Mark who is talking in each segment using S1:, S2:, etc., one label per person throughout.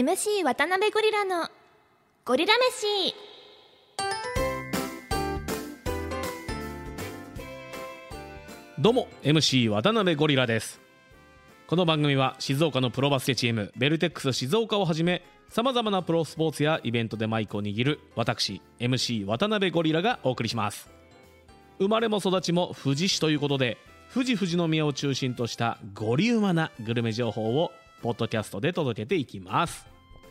S1: MC 渡辺ゴリラのゴリラ飯。
S2: どうも MC 渡辺ゴリラです。この番組は静岡のプロバスケチームベルテックス静岡をはじめさまざまなプロスポーツやイベントでマイクを握る私 MC 渡辺ゴリラがお送りします。生まれも育ちも富士市ということで富士宮を中心としたゴリウマなグルメ情報をポッドキャストで届けていきます。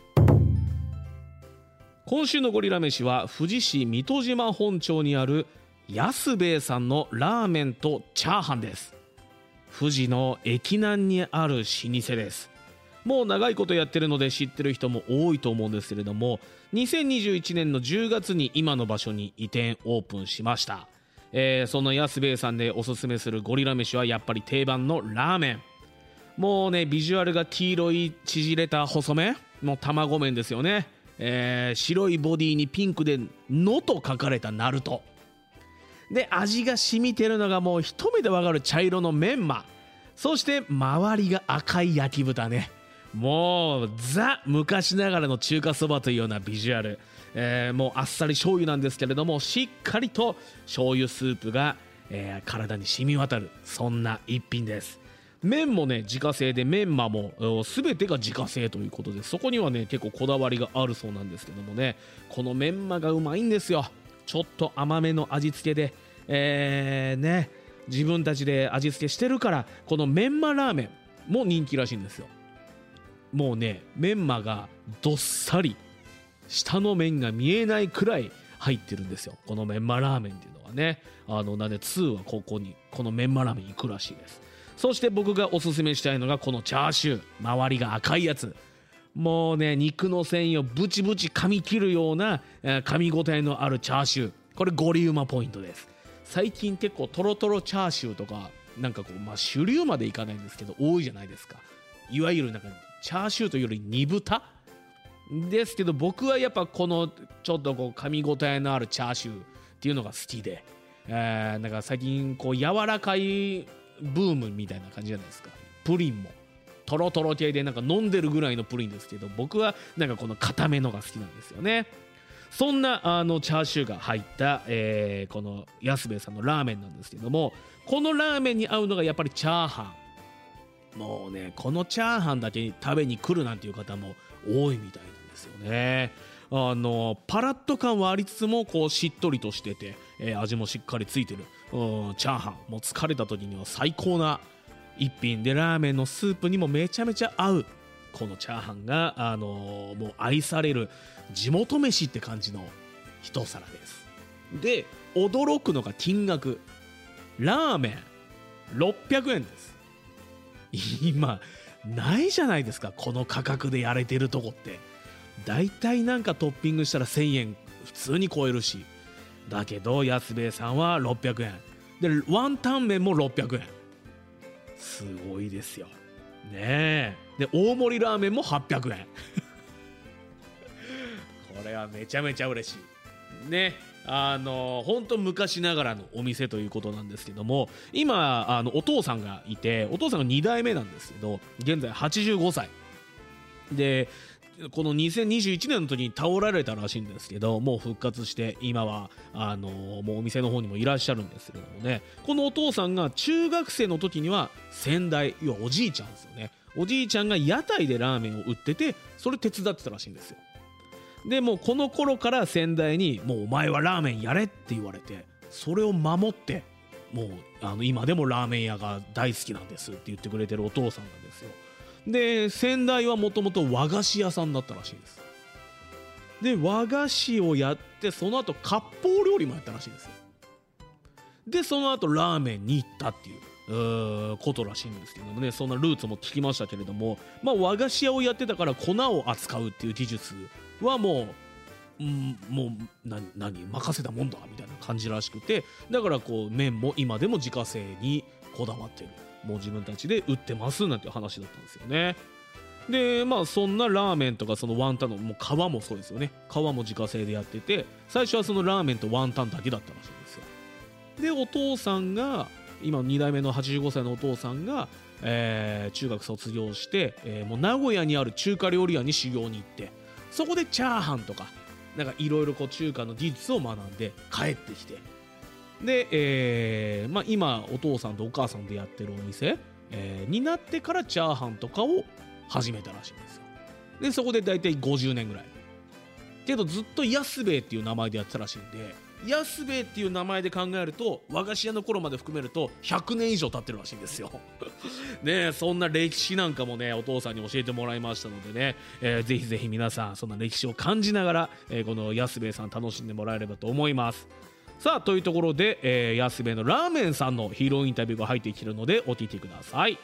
S2: 今週のゴリラ飯は富士市水戸島本町にある安兵衛さんのラーメンとチャーハンです。富士の駅南にある老舗です。もう長いことやってるので知ってる人も多いと思うんですけれども、2021年の10月に今の場所に移転オープンしました。その安兵衛さんでおすすめするゴリラ飯はやっぱり定番のラーメン。もうね、ビジュアルが黄色い縮れた細麺の卵麺ですよね。白いボディにピンクでのと書かれたナルトで、味が染みてるのがもう一目でわかる茶色のメンマ、そして周りが赤い焼き豚ね。もうザ昔ながらの中華そばというようなビジュアル、もうあっさり醤油なんですけれども、しっかりと醤油スープが、体に染み渡る、そんな一品です。麺もね自家製で、メンマも全てが自家製ということで、そこにはね結構こだわりがあるそうなんですけどもね、このメンマがうまいんですよ。ちょっと甘めの味付けで、自分たちで味付けしてるから、このメンマラーメンも人気らしいんですよ。もうねメンマがどっさり下の麺が見えないくらい入ってるんですよ、このメンマラーメンっていうのはね。なんで2はここにこのメンマラーメン行くらしいです。そして僕がおすすめしたいのがこのチャーシュー、周りが赤いやつ。もうね肉の繊維をブチブチ噛み切るような噛み応えのあるチャーシュー、これゴリウマポイントです。最近結構トロトロチャーシューとかなんかこう、主流までいかないんですけど多いじゃないですか。いわゆるなんかチャーシューというより煮豚ですけど、僕はやっぱこのちょっとこう噛み応えのあるチャーシューっていうのが好きで、なんか最近こう柔らかいブームみたいな感じじゃないですか。プリンもトロトロ系でなんか飲んでるぐらいのプリンですけど、僕はなんかこの固めのが好きなんですよね。そんなチャーシューが入った、この安兵衛さんのラーメンなんですけども、このラーメンに合うのがやっぱりチャーハン。もうねこのチャーハンだけ食べに来るなんていう方も多いみたいなんですよね。パラッと感はありつつもこうしっとりとしてて、味もしっかりついてる、チャーハンもう疲れた時には最高な一品で、ラーメンのスープにもめちゃめちゃ合うこのチャーハンが、もう愛される地元飯って感じの一皿です。で驚くのが金額、ラーメン600円です。今ないじゃないですか、この価格でやれてるとこって。だいたいなんかトッピングしたら1000円普通に超えるし、だけど安兵衛さんは600円で、ワンタン麺も600円、すごいですよね。で大盛りラーメンも800円これはめちゃめちゃ嬉しいね。本当昔ながらのお店ということなんですけども、今お父さんがいて、お父さんが2代目なんですけど、現在85歳で、この2021年の時に倒られたらしいんですけど、もう復活して今はもうお店の方にもいらっしゃるんですけどもね、このお父さんが中学生の時には先代、要はおじいちゃんですよね、おじいちゃんが屋台でラーメンを売ってて、それ手伝ってたらしいんですよ。でもうこの頃から先代にもうお前はラーメンやれって言われて、それを守ってもう今でもラーメン屋が大好きなんですって言ってくれてるお父さんなんですよ。で先代はもともと和菓子屋さんだったらしいです。で和菓子をやって、その後割烹料理もやったらしいんですよ。でその後ラーメンに行ったっていうことらしいんですけどもね、そんなルーツも聞きましたけれども、和菓子屋をやってたから粉を扱うっていう技術はもう何任せたもんだみたいな感じらしくて、だからこう麺も今でも自家製にこだわってる、もう自分たちで売ってますなんていう話だったんですよね。でそんなラーメンとかそのワンタンのもう皮もそうですよね、皮も自家製でやってて、最初はそのラーメンとワンタンだけだったらしいんですよ。でお父さんが今2代目の85歳のお父さんが中学卒業して、もう名古屋にある中華料理屋に修行に行って、そこでチャーハンとかなんかいろいろ中華の技術を学んで帰ってきて、で、今お父さんとお母さんでやってるお店、になってからチャーハンとかを始めたらしいんですよ。でそこでだいたい50年ぐらいけど、ずっと安兵衛っていう名前でやってたらしいんで、安兵衛っていう名前で考えると和菓子屋の頃まで含めると100年以上経ってるらしいんですよね。そんな歴史なんかもねお父さんに教えてもらいましたのでね、ぜひぜひ皆さんそんな歴史を感じながら、この安兵衛さん楽しんでもらえればと思います。さあというところで、安兵衛のラーメンさんのヒーローインタビューが入ってきているのでお聞きください。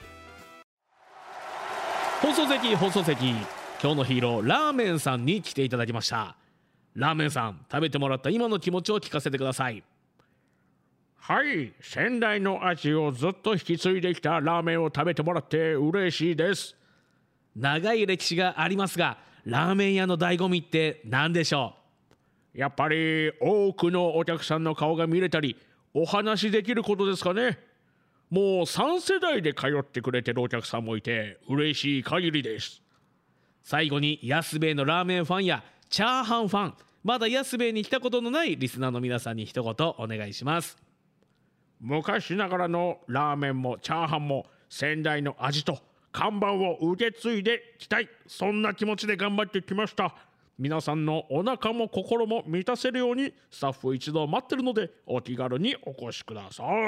S2: 放送席今日のヒーローラーメンさんに来ていただきました。ラーメンさん、食べてもらった今の気持ちを聞かせてください。
S3: はい、先代の味をずっと引き継いできたラーメンを食べてもらって嬉しいです。
S2: 長い歴史がありますが、ラーメン屋の醍醐味って何でしょ
S3: う？やっぱり多くのお客さんの顔が見れたりお話できることですかね。もう3世代で通ってくれてるお客さんもいて嬉しい限りです。
S2: 最後に安兵衛のラーメンファンやチャーハンファン、まだ安兵衛に来たことのないリスナーの皆さんに一言お願いします。
S3: 昔ながらのラーメンもチャーハンも先代の味と看板を受け継いできたい、そんな気持ちで頑張ってきました。皆さんのお腹も心も満たせるようにスタッフ一同待ってるのでお気軽にお越しください。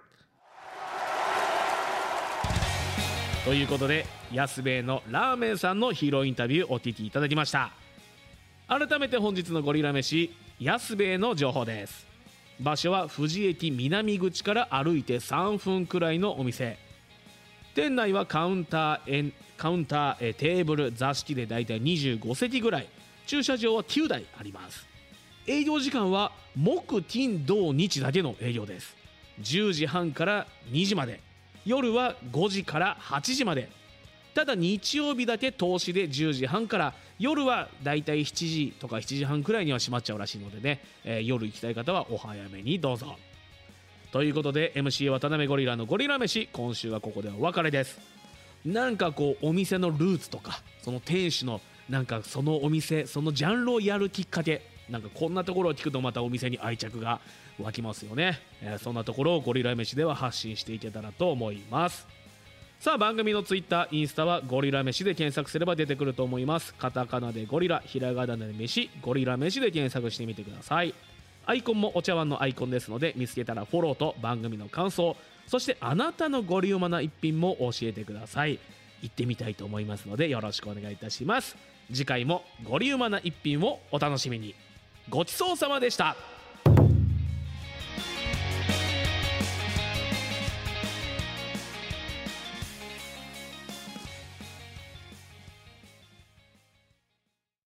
S2: ということで安兵衛のラーメンさんのヒーローインタビューお聞きいただきました。改めて本日のゴリラ飯安兵衛の情報です。場所は富士駅南口から歩いて3分くらいのお店。店内はカウンター、テーブル、座敷でだいたい25席ぐらい、駐車場は9台あります。営業時間は木金土日だけの営業です。10時半から2時まで、夜は5時から8時まで。ただ日曜日だけ投資で10時半から、夜はだいたい7時とか7時半くらいには閉まっちゃうらしいのでね、夜行きたい方はお早めにどうぞ。ということで MC 渡辺ゴリラのゴリラ飯、今週はここでお別れです。なんかお店のルーツとかその店主のなんかそのお店そのジャンルをやるきっかけ、なんかこんなところを聞くとまたお店に愛着が湧きますよね。そんなところをゴリラ飯では発信していけたらと思います。さあ番組のツイッターインスタはゴリラ飯で検索すれば出てくると思います。カタカナでゴリラ、ひらがなで飯、ゴリラ飯で検索してみてください。アイコンもお茶碗のアイコンですので、見つけたらフォローと番組の感想、そしてあなたのゴリウマな一品も教えてください。行ってみたいと思いますのでよろしくお願いいたします。次回もゴリウマな一品をお楽しみに。ごちそうさまでした。